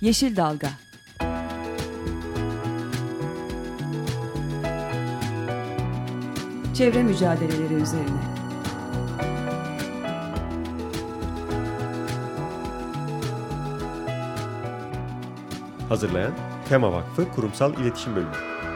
Yeşil Dalga. Çevre mücadeleleri üzerine. Hazırlayan Tema Vakfı Kurumsal İletişim Bölümü.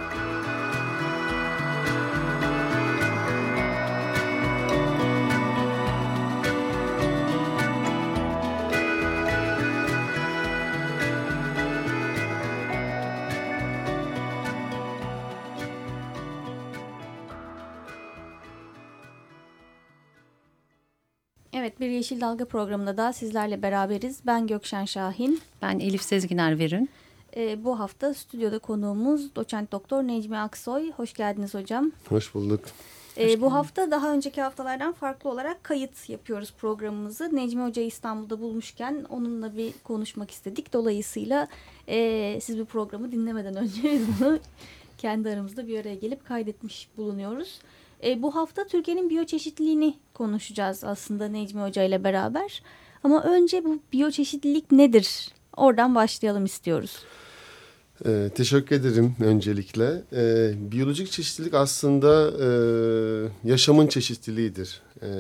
Evet, bir Yeşil Dalga programında daha sizlerle beraberiz. Ben Gökşen Şahin. Ben Elif Sezginer Verün. Bu hafta stüdyoda konuğumuz Doçent Doktor Necmi Aksoy. Hoş geldiniz hocam. Hoş bulduk. Bu hafta daha önceki haftalardan farklı olarak kayıt yapıyoruz programımızı. Necmi Hoca'yı İstanbul'da bulmuşken onunla bir konuşmak istedik. Dolayısıyla siz bu programı dinlemeden önce biz bunu kendi aramızda bir araya gelip kaydetmiş bulunuyoruz. Bu hafta Türkiye'nin biyoçeşitliliğini konuşacağız aslında Necmi Hoca ile beraber. Ama önce bu biyoçeşitlilik nedir? Oradan başlayalım istiyoruz. Teşekkür ederim öncelikle. Biyolojik çeşitlilik aslında yaşamın çeşitliliğidir.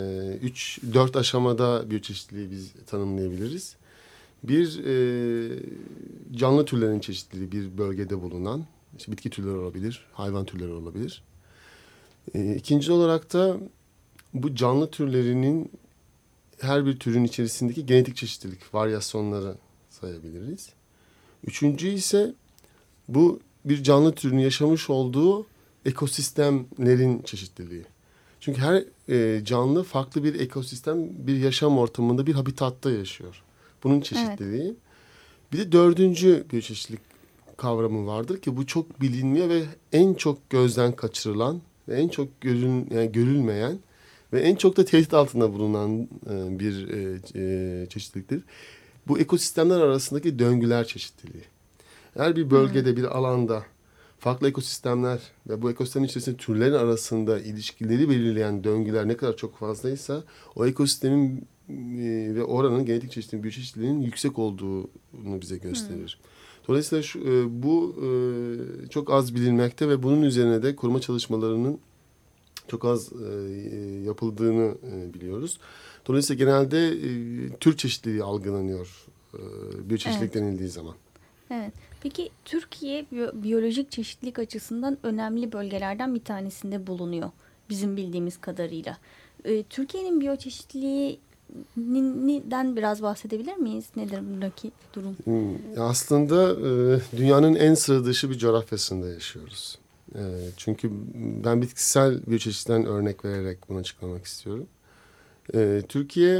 3-4 aşamada biyoçeşitliliği biz tanımlayabiliriz. Bir, canlı türlerin çeşitliliği bir bölgede bulunan, işte bitki türleri olabilir, hayvan türleri olabilir. İkinci olarak da bu canlı türlerinin her bir türün içerisindeki genetik çeşitlilik, varyasyonları sayabiliriz. Üçüncü ise bu bir canlı türünün yaşamış olduğu ekosistemlerin çeşitliliği. Çünkü her canlı farklı bir ekosistem, bir yaşam ortamında, bir habitatta yaşıyor. Bunun çeşitliliği. Evet. Bir de dördüncü biyoçeşitlilik kavramı vardır ki bu çok bilinmiyor ve en çok gözden kaçırılan ve en çok görülmeyen ve en çok da tehdit altında bulunan bir çeşitliliktir. Bu ekosistemler arasındaki döngüler çeşitliliği. Her bir bölgede, bir alanda farklı ekosistemler ve bu ekosistemin içerisinde türlerin arasında ilişkileri belirleyen döngüler ne kadar çok fazlaysa o ekosistemin ve oranın genetik çeşitliliğinin, biyoçeşitliliğinin yüksek olduğunu bize gösterir. Dolayısıyla bu çok az bilinmekte ve bunun üzerine de koruma çalışmalarının çok az yapıldığını biliyoruz. Dolayısıyla genelde tür çeşitliliği algılanıyor biyoçeşitlilik denildiği zaman. Evet. Peki Türkiye biyolojik çeşitlilik açısından önemli bölgelerden bir tanesinde bulunuyor bizim bildiğimiz kadarıyla. Türkiye'nin biyoçeşitliliğinden biraz bahsedebilir miyiz? Nedir buradaki durum? Aslında dünyanın en sıra dışı bir coğrafyasında yaşıyoruz. Çünkü ben bitkisel biyoçeşitlilikten örnek vererek bunu açıklamak istiyorum. Türkiye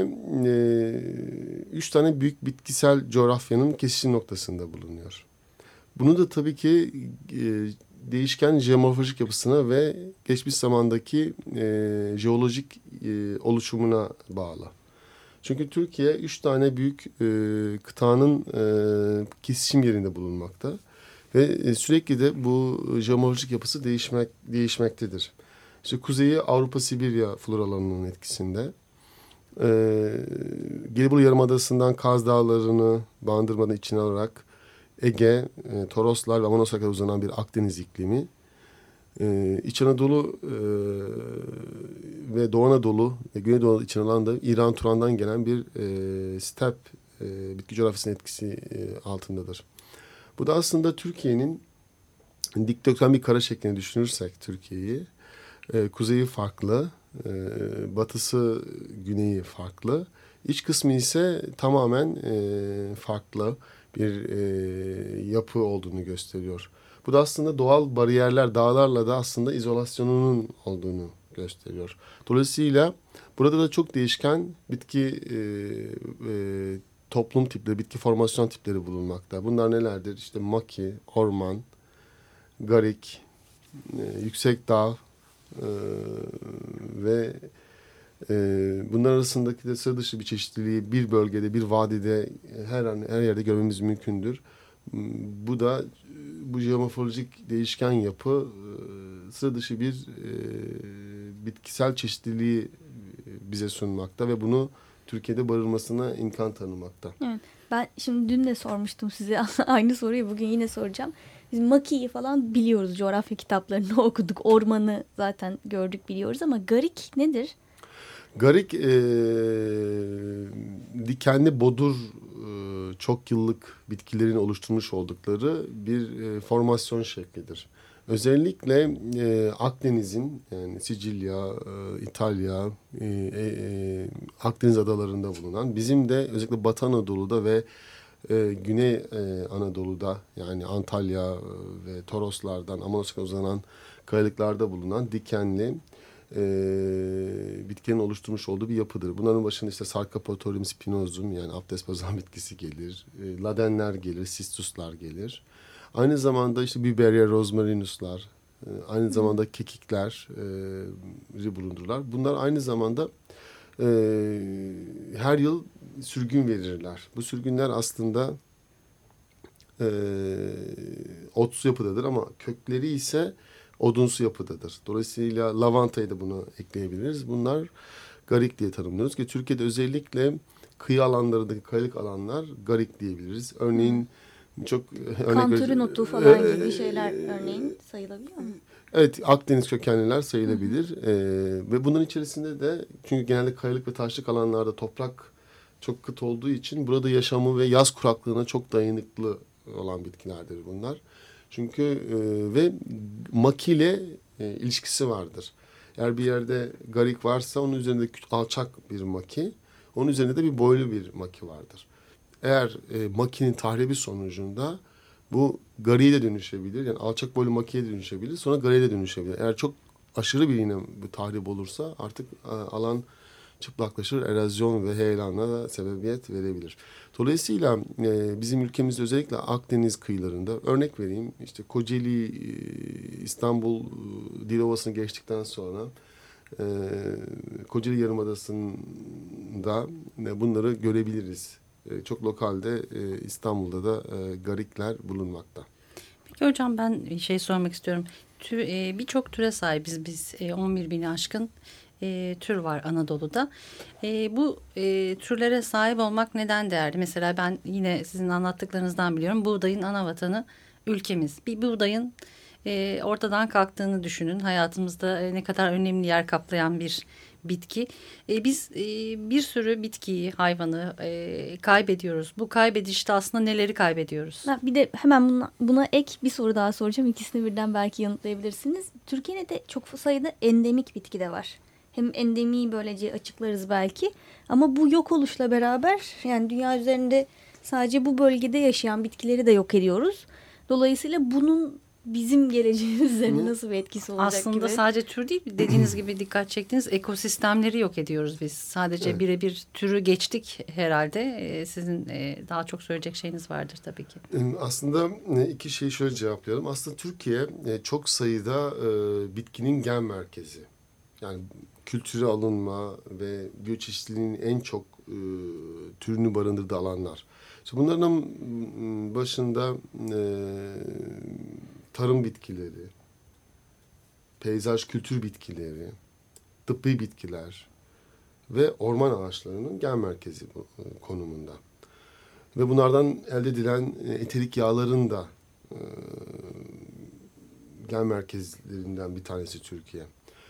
3 tane büyük bitkisel coğrafyanın kesişim noktasında bulunuyor. Bunu da tabii ki değişken jeomorfolojik yapısına ve geçmiş zamandaki jeolojik oluşumuna bağlı. Çünkü Türkiye 3 tane büyük kıtanın kesişim yerinde bulunmakta. Ve sürekli de bu jeomorfolojik yapısı değişmektedir. İşte kuzeyi Avrupa-Sibirya floralarının etkisinde. Gelibolu Yarımadası'ndan Kaz Dağları'nı Bandırma'da içine alarak Ege, Toroslar ve Avanos'a kadar uzanan bir Akdeniz iklimi. İç Anadolu ve Doğu Anadolu ve Güneydoğu içine alan da İran Turan'dan gelen bir step bitki coğrafyasının etkisi altındadır. Bu da aslında Türkiye'nin dikdörtgen bir kare şeklini düşünürsek Türkiye'yi, kuzeyi farklı, batısı, güneyi farklı. İç kısmı ise tamamen farklı bir yapı olduğunu gösteriyor. Bu da aslında doğal bariyerler, dağlarla da aslında izolasyonunun olduğunu gösteriyor. Dolayısıyla burada da çok değişken bitki toplum tipleri, bitki formasyon tipleri bulunmakta. Bunlar nelerdir? İşte maki, orman, garik, yüksek dağ ve bunlar arasındaki de sıra dışı bir çeşitliliği bir bölgede, bir vadide her yerde görmemiz mümkündür. Bu da bu jeomorfolojik değişken yapı sıra dışı bir bitkisel çeşitliliği bize sunmakta ve bunu Türkiye'de barınmasına imkan tanımakta. Evet. Ben şimdi dün de sormuştum size aynı soruyu, bugün yine soracağım. Biz makiyi falan biliyoruz, coğrafya kitaplarını okuduk, ormanı zaten gördük, biliyoruz ama garik nedir? Garik dikenli bodur çok yıllık bitkilerin oluşturmuş oldukları bir formasyon şeklidir. Özellikle Akdeniz'in, yani Sicilya, İtalya, Akdeniz adalarında bulunan, bizim de özellikle Batı Anadolu'da ve Güney Anadolu'da, yani Antalya ve Toroslardan Amanos'a uzanan kayalıklarda bulunan dikenli bitkilerin oluşturmuş olduğu bir yapıdır. Bunların başında işte Sarcopotorium spinosum, yani abdest bozan bitkisi gelir. Ladenler gelir, sistuslar gelir. Aynı zamanda işte Biberia rosmarinuslar, aynı zamanda kekikler bulundururlar. Bunlar aynı zamanda her yıl sürgün verirler. Bu sürgünler aslında otsu yapıdadır ama kökleri ise odunsu yapıdadır. Dolayısıyla lavantayı da buna ekleyebiliriz. Bunlar garik diye tanımlıyoruz ki Türkiye'de özellikle kıyı alanlarındaki kayalık alanlar garik diyebiliriz. Örneğin çok Kantörün otu falan gibi şeyler örneğin sayılabiliyor mu? Evet, Akdeniz kökenliler sayılabilir. Ve bunun içerisinde de, çünkü genelde kayalık ve taşlık alanlarda toprak çok kıt olduğu için burada yaşamı ve yaz kuraklığına çok dayanıklı olan bitkilerdir bunlar. Çünkü ve maki ile ilişkisi vardır. Eğer bir yerde garik varsa onun üzerinde alçak bir maki, onun üzerinde de bir boylu bir maki vardır. Eğer makinin tahribi sonucunda bu gariye de dönüşebilir. Yani alçak boylu makiye de dönüşebilir. Sonra gariye de dönüşebilir. Eğer çok aşırı bir yine bu tahrip olursa artık alan çıplaklaşır, erozyon ve heyelana da sebebiyet verebilir. Dolayısıyla bizim ülkemizde özellikle Akdeniz kıyılarında, örnek vereyim, işte Kocaeli, İstanbul, Dilovası'nı geçtikten sonra Kocaeli Yarımadası'nda bunları görebiliriz. Çok lokalde İstanbul'da da garikler bulunmakta. Peki hocam, ben sormak istiyorum. Birçok türe sahibiz biz. 11 bini aşkın tür var Anadolu'da. Bu türlere sahip olmak neden değerli? Mesela ben yine sizin anlattıklarınızdan biliyorum. Buğdayın ana vatanı ülkemiz. Bir buğdayın ortadan kalktığını düşünün. Hayatımızda ne kadar önemli yer kaplayan bir bitki. Biz bir sürü bitkiyi, hayvanı kaybediyoruz. Bu kaybedişte aslında neleri kaybediyoruz? Bir de hemen buna ek bir soru daha soracağım. İkisini birden belki yanıtlayabilirsiniz. Türkiye'de çok sayıda endemik bitki de var. Hem endemiyi böylece açıklarız belki. Ama bu yok oluşla beraber, yani dünya üzerinde sadece bu bölgede yaşayan bitkileri de yok ediyoruz. Dolayısıyla bunun bizim geleceğimiz üzerine nasıl bir etkisi olacak aslında gibi? Sadece tür değil, dediğiniz gibi dikkat çektiğiniz ekosistemleri yok ediyoruz biz. Sadece evet, birebir türü geçtik herhalde. Sizin daha çok söyleyecek şeyiniz vardır tabii ki. Aslında iki şeyi şöyle cevaplayalım. Aslında Türkiye çok sayıda bitkinin gen merkezi. Yani kültüre alınma ve biyoçeşitliliğin en çok türünü barındırdığı alanlar. İşte bunların başında tarım bitkileri, peyzaj kültür bitkileri, tıbbi bitkiler ve orman ağaçlarının gen merkezi konumunda. Ve bunlardan elde edilen eterik yağların da gen merkezlerinden bir tanesi Türkiye.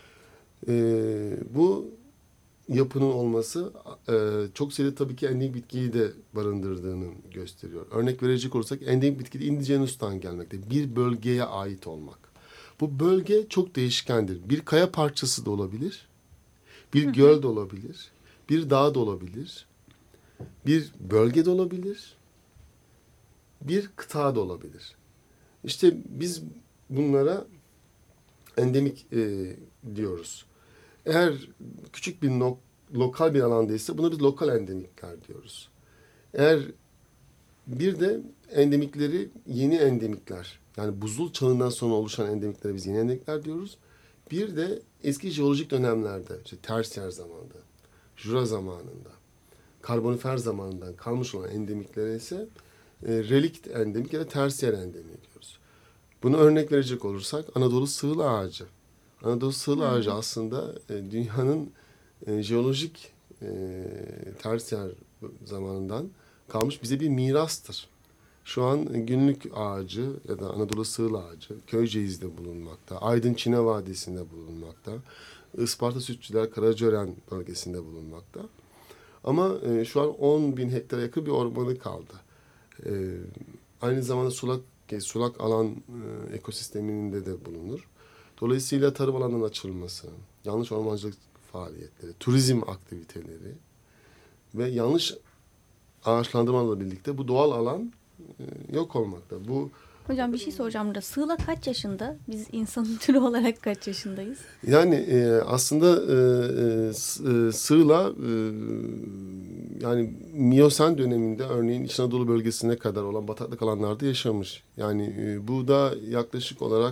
Bu yapının olması çok sayıda tabii ki endemik bitkiyi de barındırdığını gösteriyor. Örnek verecek olursak endemik bitki de indigenus'tan gelmekte. Bir bölgeye ait olmak. Bu bölge çok değişkendir. Bir kaya parçası da olabilir. Bir göl de olabilir. Bir dağ da olabilir. Bir bölge de olabilir. Bir kıta da olabilir. İşte biz bunlara endemik diyoruz. Eğer küçük bir lokal bir alandaysa buna biz lokal endemikler diyoruz. Eğer bir de endemikleri yeni endemikler, yani buzul çağından sonra oluşan endemiklere biz yeni endemikler diyoruz. Bir de eski jeolojik dönemlerde, işte tersiyer zamanında, Jura zamanında, Karbonifer zamanından kalmış olan endemiklere ise relikt endemik ya da tersiyer endemik diyoruz. Bunu örnek verecek olursak Anadolu sığıl ağacı. Anadolu sığıl ağacı aslında dünyanın jeolojik tersiyer zamanından kalmış bize bir mirastır. Şu an günlük ağacı ya da Anadolu sığıl ağacı Köyceğiz'de bulunmakta. Aydın Çine Vadisi'nde bulunmakta. Isparta Sütçüler Karacaören bölgesinde bulunmakta. Ama şu an 10.000 hektara yakın bir ormanı kaldı. Aynı zamanda sulak alan ekosisteminde de bulunur. Dolayısıyla tarım alanının açılması, yanlış ormancılık faaliyetleri, turizm aktiviteleri ve yanlış ağaçlandırmayla birlikte bu doğal alan yok olmakta. Hocam bir şey soracağım burada. Sığla kaç yaşında? Biz insanın türü olarak kaç yaşındayız? Yani aslında sığla yani Miyosen döneminde örneğin İç Anadolu bölgesine kadar olan bataklık alanlarda yaşamış. Yani bu da yaklaşık olarak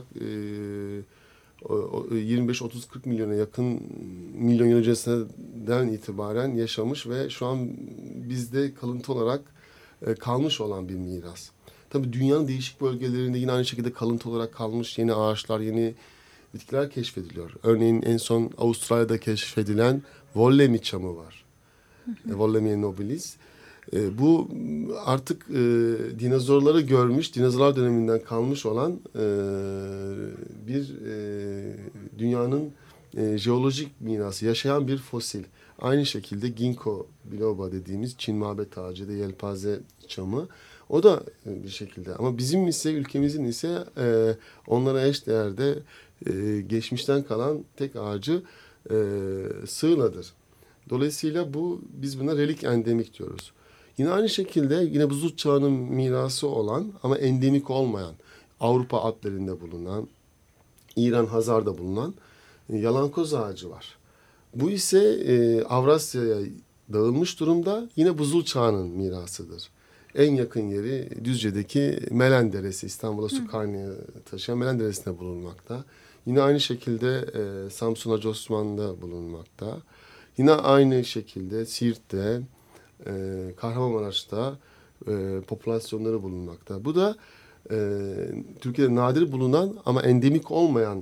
25-30-40 milyona yakın milyon yıl öncesinden itibaren yaşamış ve şu an bizde kalıntı olarak kalmış olan bir miras. Tabii dünyanın değişik bölgelerinde yine aynı şekilde kalıntı olarak kalmış yeni ağaçlar, yeni bitkiler keşfediliyor. Örneğin en son Avustralya'da keşfedilen Wollemi çamı var. Wollemia nobilis. Bu artık dinozorları görmüş, dinozorlar döneminden kalmış olan bir dünyanın jeolojik mirası, yaşayan bir fosil. Aynı şekilde Ginkgo biloba dediğimiz Çin mabet ağacı da yelpaze çamı. O da bir şekilde ama bizim ise ülkemizin ise onlara eş değerde geçmişten kalan tek ağacı sığladır. Dolayısıyla biz buna relik endemik diyoruz. Yine aynı şekilde yine buzul çağının mirası olan ama endemik olmayan Avrupa Alplerinde bulunan, İran Hazar'da bulunan yalankoz ağacı var. Bu ise Avrasya'ya dağılmış durumda yine buzul çağının mirasıdır. En yakın yeri Düzce'deki Melen Deresi, İstanbul'a su kaynağı taşıyan Melen Deresi'nde bulunmakta. Yine aynı şekilde Samsun Hacı Osman'da bulunmakta. Yine aynı şekilde Siirt'te, Kahramanmaraş'ta popülasyonları bulunmakta. Bu da Türkiye'de nadir bulunan ama endemik olmayan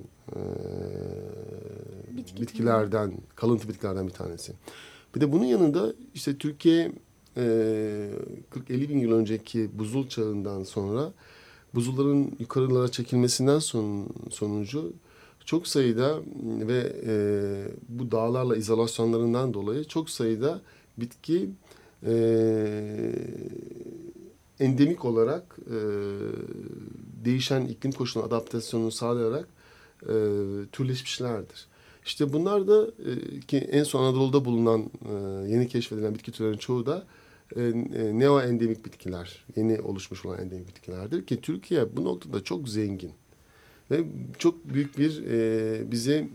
bitkilerden, kalıntı bitkilerden bir tanesi. Bir de bunun yanında işte Türkiye 40-50 bin yıl önceki buzul çağından sonra buzulların yukarılara çekilmesinden sonucu çok sayıda ve bu dağlarla izolasyonlarından dolayı çok sayıda bitki endemik olarak değişen iklim koşuluna adaptasyonunu sağlayarak türleşmişlerdir. İşte bunlar da ki en son Anadolu'da bulunan yeni keşfedilen bitki türlerinin çoğu da neoendemik bitkiler, yeni oluşmuş olan endemik bitkilerdir ki Türkiye bu noktada çok zengin ve çok büyük bir bize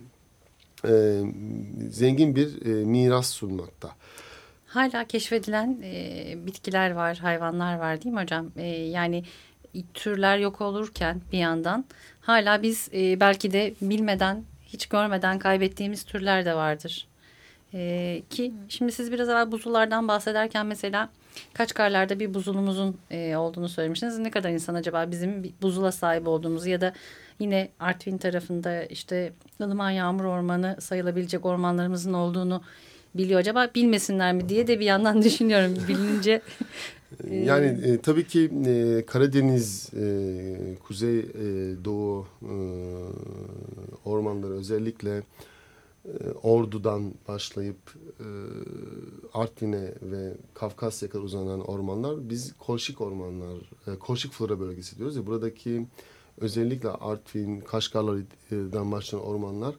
zengin bir miras sunmakta. Hala keşfedilen bitkiler var, hayvanlar var değil mi hocam? Yani türler yok olurken bir yandan hala biz belki de bilmeden, hiç görmeden kaybettiğimiz türler de vardır. Ki şimdi siz biraz evvel buzullardan bahsederken mesela Kaçkarlar'da bir buzulumuzun olduğunu söylemiştiniz. Ne kadar insan acaba bizim bir buzula sahip olduğumuzu ya da yine Artvin tarafında işte ılıman yağmur ormanı sayılabilecek ormanlarımızın olduğunu biliyor acaba, bilmesinler mi diye de bir yandan düşünüyorum bilince. Yani tabii ki Karadeniz, Kuzey Doğu ormanları özellikle Ordu'dan başlayıp Artvin'e ve Kafkasya'ya kadar uzanan ormanlar biz kolşik ormanlar, kolşik flora bölgesi diyoruz ya, buradaki özellikle Artvin, Kaşgarlar'dan başlayan ormanlar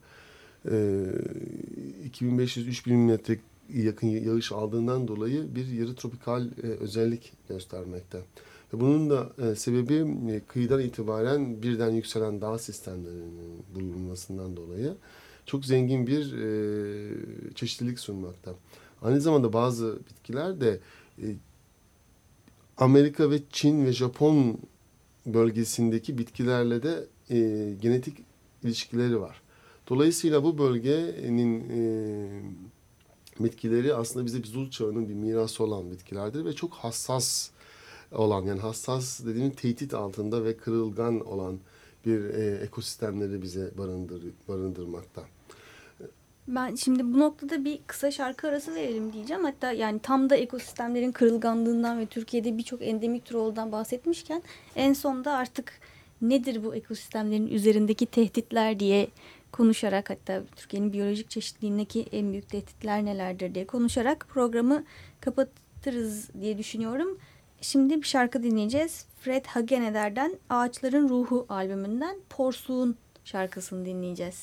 2500-3000 metre yakın yağış aldığından dolayı bir yarı tropikal özellik göstermekte. Ve bunun da sebebi kıyıdan itibaren birden yükselen dağ sistemlerinin bulunmasından dolayı çok zengin bir çeşitlilik sunmakta. Aynı zamanda bazı bitkiler de Amerika ve Çin ve Japon bölgesindeki bitkilerle de genetik ilişkileri var. Dolayısıyla bu bölgenin bitkileri aslında bize buzul çağının bir mirası olan bitkilerdir ve çok hassas olan, yani hassas dediğimiz tehdit altında ve kırılgan olan bir ekosistemleri bize barındırmakta. Ben şimdi bu noktada bir kısa şarkı arası verelim diyeceğim. Hatta yani tam da ekosistemlerin kırılganlığından ve Türkiye'de birçok endemik tür olduğundan bahsetmişken en sonda artık nedir bu ekosistemlerin üzerindeki tehditler diye konuşarak, hatta Türkiye'nin biyolojik çeşitliliğindeki en büyük tehditler nelerdir diye konuşarak programı kapatırız diye düşünüyorum. Şimdi bir şarkı dinleyeceğiz. Fred Hageneder'den Ağaçların Ruhu albümünden Porsuğun şarkısını dinleyeceğiz.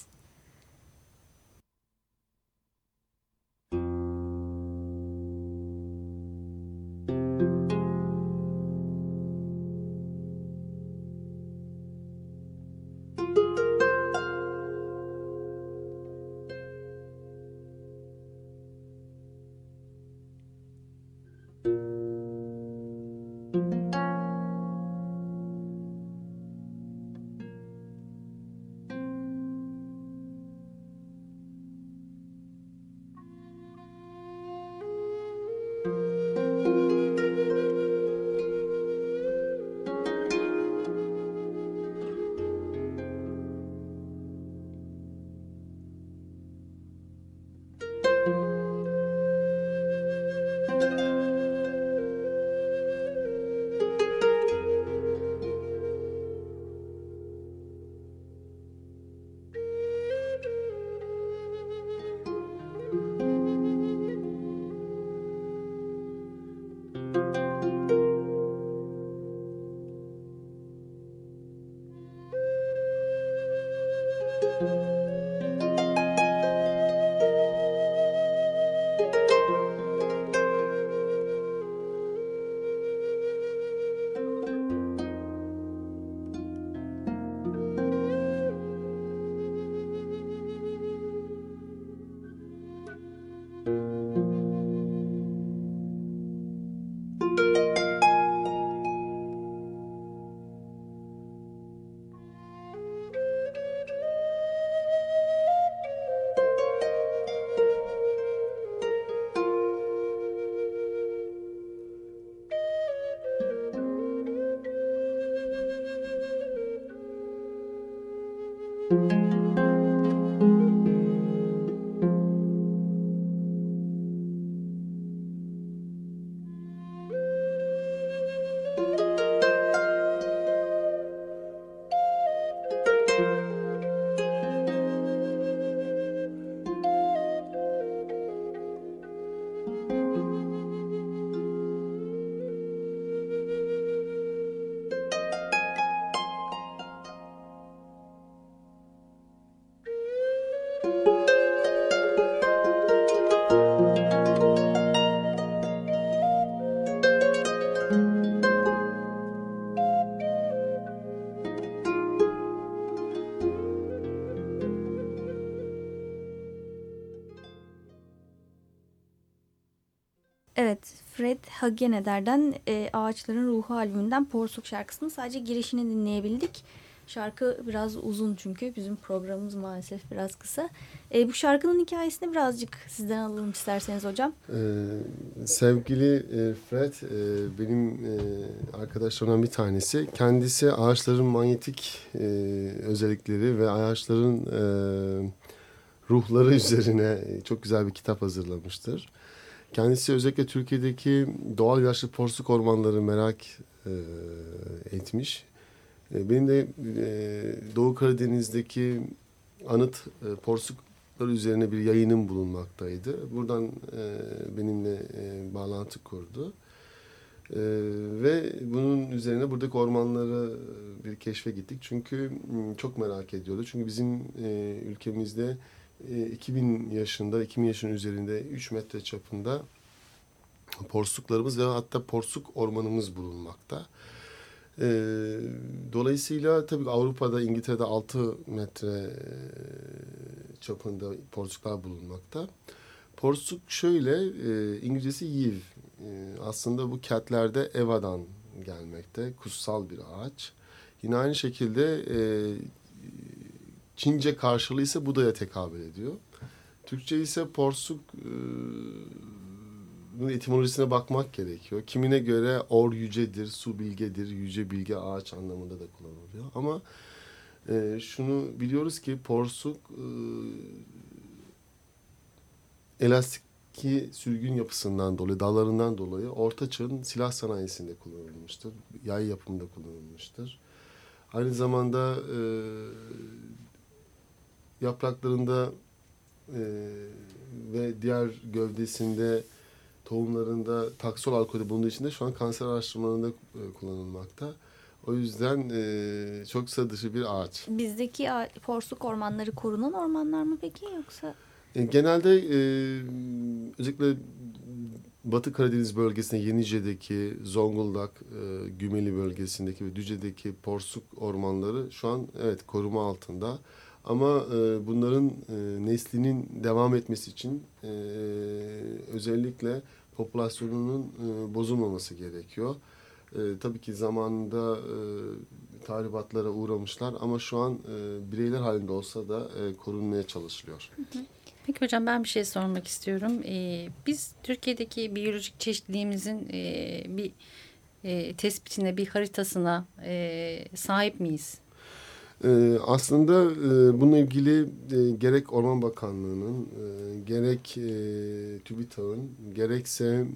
Evet, Fred Hageneder'den Ağaçların Ruhu albümünden Porsuk şarkısının sadece girişini dinleyebildik. Şarkı biraz uzun çünkü bizim programımız maalesef biraz kısa. Bu şarkının hikayesini birazcık sizden alalım isterseniz hocam. Sevgili Fred benim arkadaşlarımdan bir tanesi. Kendisi ağaçların manyetik özellikleri ve ağaçların ruhları üzerine çok güzel bir kitap hazırlamıştır. Kendisi özellikle Türkiye'deki doğal yaşlı porsuk ormanları merak etmiş. Benim de Doğu Karadeniz'deki anıt porsuklar üzerine bir yayınım bulunmaktaydı. Buradan benimle bağlantı kurdu. Ve bunun üzerine buradaki ormanları bir keşfe gittik. Çünkü çok merak ediyordu. Çünkü bizim ülkemizde 2000 yaşın üzerinde 3 metre çapında porsuklarımız ve hatta porsuk ormanımız bulunmakta. Dolayısıyla tabii Avrupa'da, İngiltere'de 6 metre çapında porsuklar bulunmakta. Porsuk şöyle, İngilizcesi yiv. Aslında bu Keltlerde Eva'dan gelmekte, kutsal bir ağaç. Yine aynı şekilde Çince karşılığı ise Buda'ya tekabül ediyor. Türkçe ise porsuk etimolojisine bakmak gerekiyor. Kimine göre or yücedir, su bilgedir, yüce bilge ağaç anlamında da kullanılıyor. Ama şunu biliyoruz ki porsuk elastik sürgün yapısından dolayı, dallarından dolayı Orta Çağ'ın silah sanayisinde kullanılmıştır. Yay yapımında kullanılmıştır. Aynı zamanda yapraklarında ve diğer gövdesinde, tohumlarında taksol alkolü bulunduğu için de şu an kanser araştırmalarında kullanılmakta. O yüzden çok sıra dışı bir ağaç. Bizdeki porsuk ormanları korunan ormanlar mı peki yoksa? Genelde özellikle Batı Karadeniz bölgesinde Yenice'deki, Zonguldak, Gümeli bölgesindeki ve Düzce'deki porsuk ormanları şu an evet koruma altında. Ama bunların neslinin devam etmesi için özellikle popülasyonunun bozulmaması gerekiyor. Tabii ki zamanında tahribatlara uğramışlar ama şu an bireyler halinde olsa da korunmaya çalışılıyor. Peki hocam, ben bir şey sormak istiyorum. Biz Türkiye'deki biyolojik çeşitliliğimizin bir tespitine, bir haritasına sahip miyiz? Aslında bununla ilgili gerek Orman Bakanlığı'nın, gerek TÜBİTAK'ın, gerekse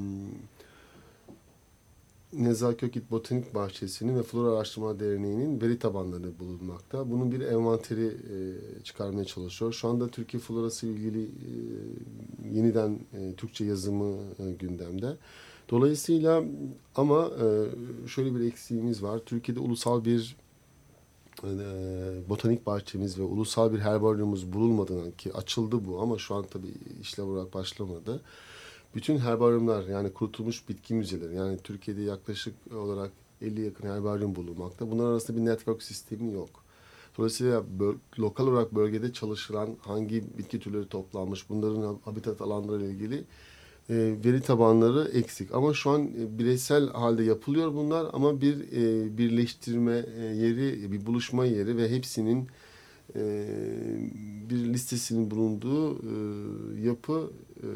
Nezakökit Botanik Bahçesi'nin ve Flora Araştırma Derneği'nin veri tabanları bulunmakta. Bunun bir envanteri çıkarmaya çalışıyor. Şu anda Türkiye Florası ile ilgili yeniden Türkçe yazımı gündemde. Dolayısıyla ama şöyle bir eksiğimiz var. Türkiye'de ulusal bir botanik bahçemiz ve ulusal bir herbaryumumuz bulunmadığından, ki açıldı bu ama şu an tabii işlev olarak başlamadı. Bütün herbaryumlar, yani kurutulmuş bitki müzeleri, yani Türkiye'de yaklaşık olarak 50 yakın herbaryum bulunmakta. Bunlar arasında bir network sistemi yok. Dolayısıyla lokal olarak bölgede çalışılan hangi bitki türleri toplanmış, bunların habitat alanları ile ilgili veri tabanları eksik. Ama şu an bireysel halde yapılıyor bunlar ama bir birleştirme yeri, bir buluşma yeri ve hepsinin bir listesinin bulunduğu yapı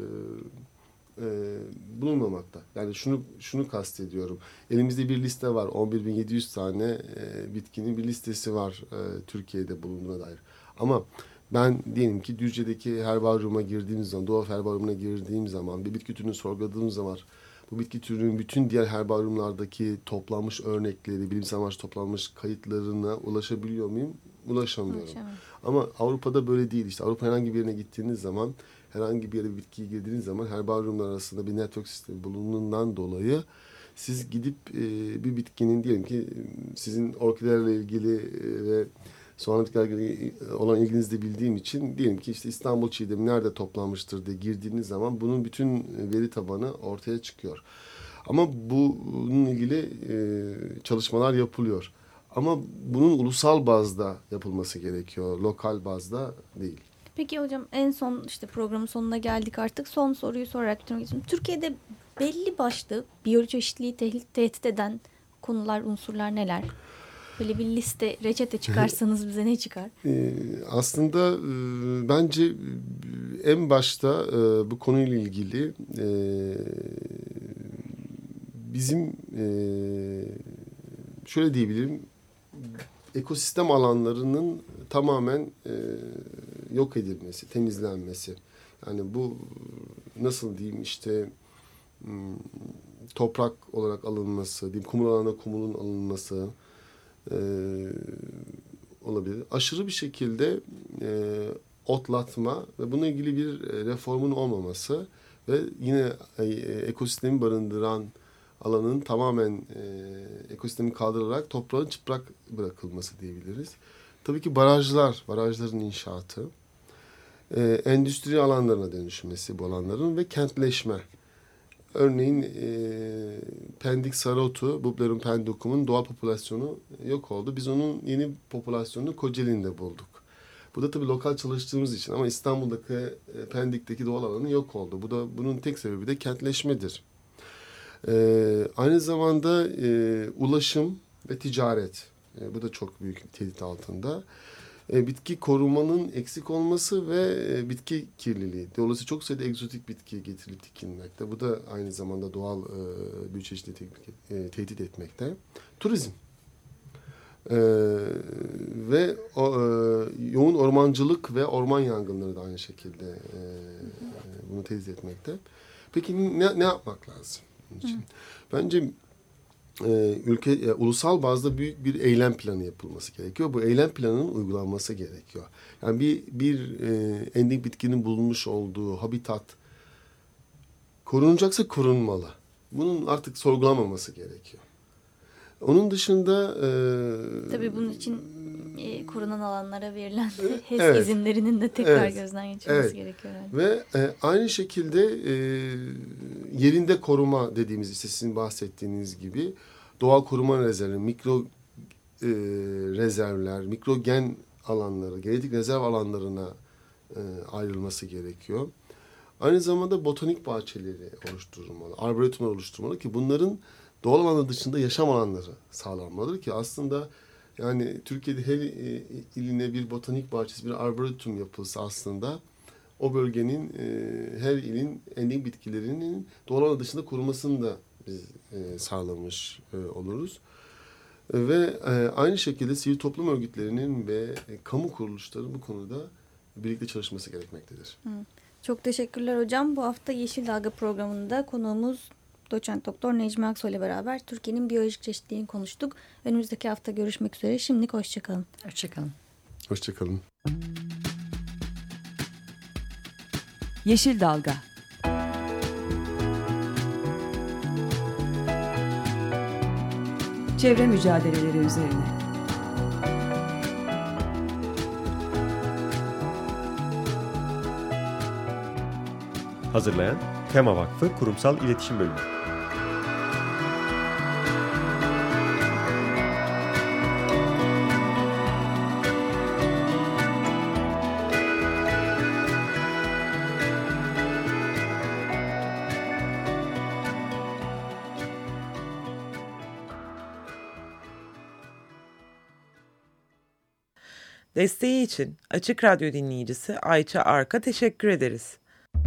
bulunmamakta. Yani şunu kastediyorum. Elimizde bir liste var. 11.700 tane bitkinin bir listesi var Türkiye'de bulunduğuna dair. Ama ben diyelim ki Düzce'deki herbaryuma girdiğim zaman, Doğa herbaryumuna girdiğim zaman, bir bitki türünü sorguladığım zaman bu bitki türünün bütün diğer herbaryumlardaki toplanmış örnekleri, bilimsel amaçlı toplanmış kayıtlarına ulaşabiliyor muyum? Ulaşamıyorum. Ama Avrupa'da böyle değil. İşte Avrupa herhangi bir yerine gittiğiniz zaman, herhangi bir yere bir bitkiye girdiğiniz zaman herbaryumlar arasında bir network sistemi bulunduğundan dolayı siz gidip bir bitkinin, diyelim ki sizin orkidelerle ilgili ve soğan bitkilerle olan ilginizi de bildiğim için, diyelim ki işte İstanbul çiğdemi nerede toplanmıştır diye girdiğiniz zaman bunun bütün veri tabanı ortaya çıkıyor. Ama bunun ilgili çalışmalar yapılıyor. Ama bunun ulusal bazda yapılması gerekiyor, lokal bazda değil. Peki hocam, en son işte programın sonuna geldik artık. Son soruyu sorarak bitirmek istiyorum. Türkiye'de belli başlı biyoçeşitliliği tehdit eden konular, unsurlar neler? Böyle bir liste, reçete çıkarsanız bize ne çıkar? Aslında bence en başta bu konuyla ilgili bizim şöyle diyebilirim, ekosistem alanlarının tamamen yok edilmesi, temizlenmesi. Yani bu nasıl diyeyim, işte toprak olarak alınması, diyeyim, kumul alana kumulun alınması olabilir. Aşırı bir şekilde otlatma ve bununla ilgili bir reformun olmaması ve yine ekosistemi barındıran alanın tamamen ekosistemi kaldırarak toprağın çıplak bırakılması diyebiliriz. Tabii ki barajların inşaatı, endüstri alanlarına dönüşmesi bu alanların ve kentleşme. Örneğin Pendik Sarıotu, Bublerum pendicum'un doğal popülasyonu yok oldu. Biz onun yeni popülasyonunu Kocaeli'nde bulduk. Bu da tabii lokal çalıştığımız için, ama İstanbul'daki Pendik'teki doğal alanı yok oldu. Bunun tek sebebi de kentleşmedir. Aynı zamanda ulaşım ve ticaret. Bu da çok büyük bir tehdit altında. Bitki korumanın eksik olması ve bitki kirliliği. Dolayısıyla çok sayıda egzotik bitki getirilip dikilmekte. Bu da aynı zamanda doğal biyoçeşitliliği tehdit etmekte. Turizm. Ve yoğun ormancılık ve orman yangınları da aynı şekilde bunu teyit etmekte. Peki ne yapmak lazım bunun için? Bence ulusal bazda büyük bir eylem planı yapılması gerekiyor. Bu eylem planının uygulanması gerekiyor. Yani bir endemik bitkinin bulunmuş olduğu habitat korunacaksa korunmalı. Bunun artık sorgulanmaması gerekiyor. Onun dışında tabii bunun için korunan alanlara verilen HES izinlerinin de tekrar gözden geçirilmesi gerekiyor. Yani. Ve aynı şekilde yerinde koruma dediğimiz, işte sizin bahsettiğiniz gibi doğal koruma rezervleri, mikro rezervler, mikrogen alanları, genetik rezerv alanlarına ayrılması gerekiyor. Aynı zamanda botanik bahçeleri oluşturulmalı, arboretumlar oluşturulmalı ki bunların doğal alanı dışında yaşam alanları sağlanmalıdır ki aslında yani Türkiye'de her iline bir botanik bahçesi, bir arboretum yapılsa aslında o bölgenin her ilin endemik bitkilerinin doğal alanı dışında korunmasını da biz sağlamış oluruz. Ve aynı şekilde sivil toplum örgütlerinin ve kamu kuruluşları bu konuda birlikte çalışması gerekmektedir. Çok teşekkürler hocam. Bu hafta Yeşil Dalga programında konuğumuz Doçent Doktor Necmi Aksoy ile beraber Türkiye'nin biyolojik çeşitliliğini konuştuk. Önümüzdeki hafta görüşmek üzere. Şimdilik hoşçakalın. Hoşçakalın. Hoşçakalın. Yeşil Dalga. Çevre mücadeleleri üzerine. Hazırlayan Tema Vakfı Kurumsal İletişim Bölümü. Desteği için Açık Radyo dinleyicisi Ayça Ark'a teşekkür ederiz.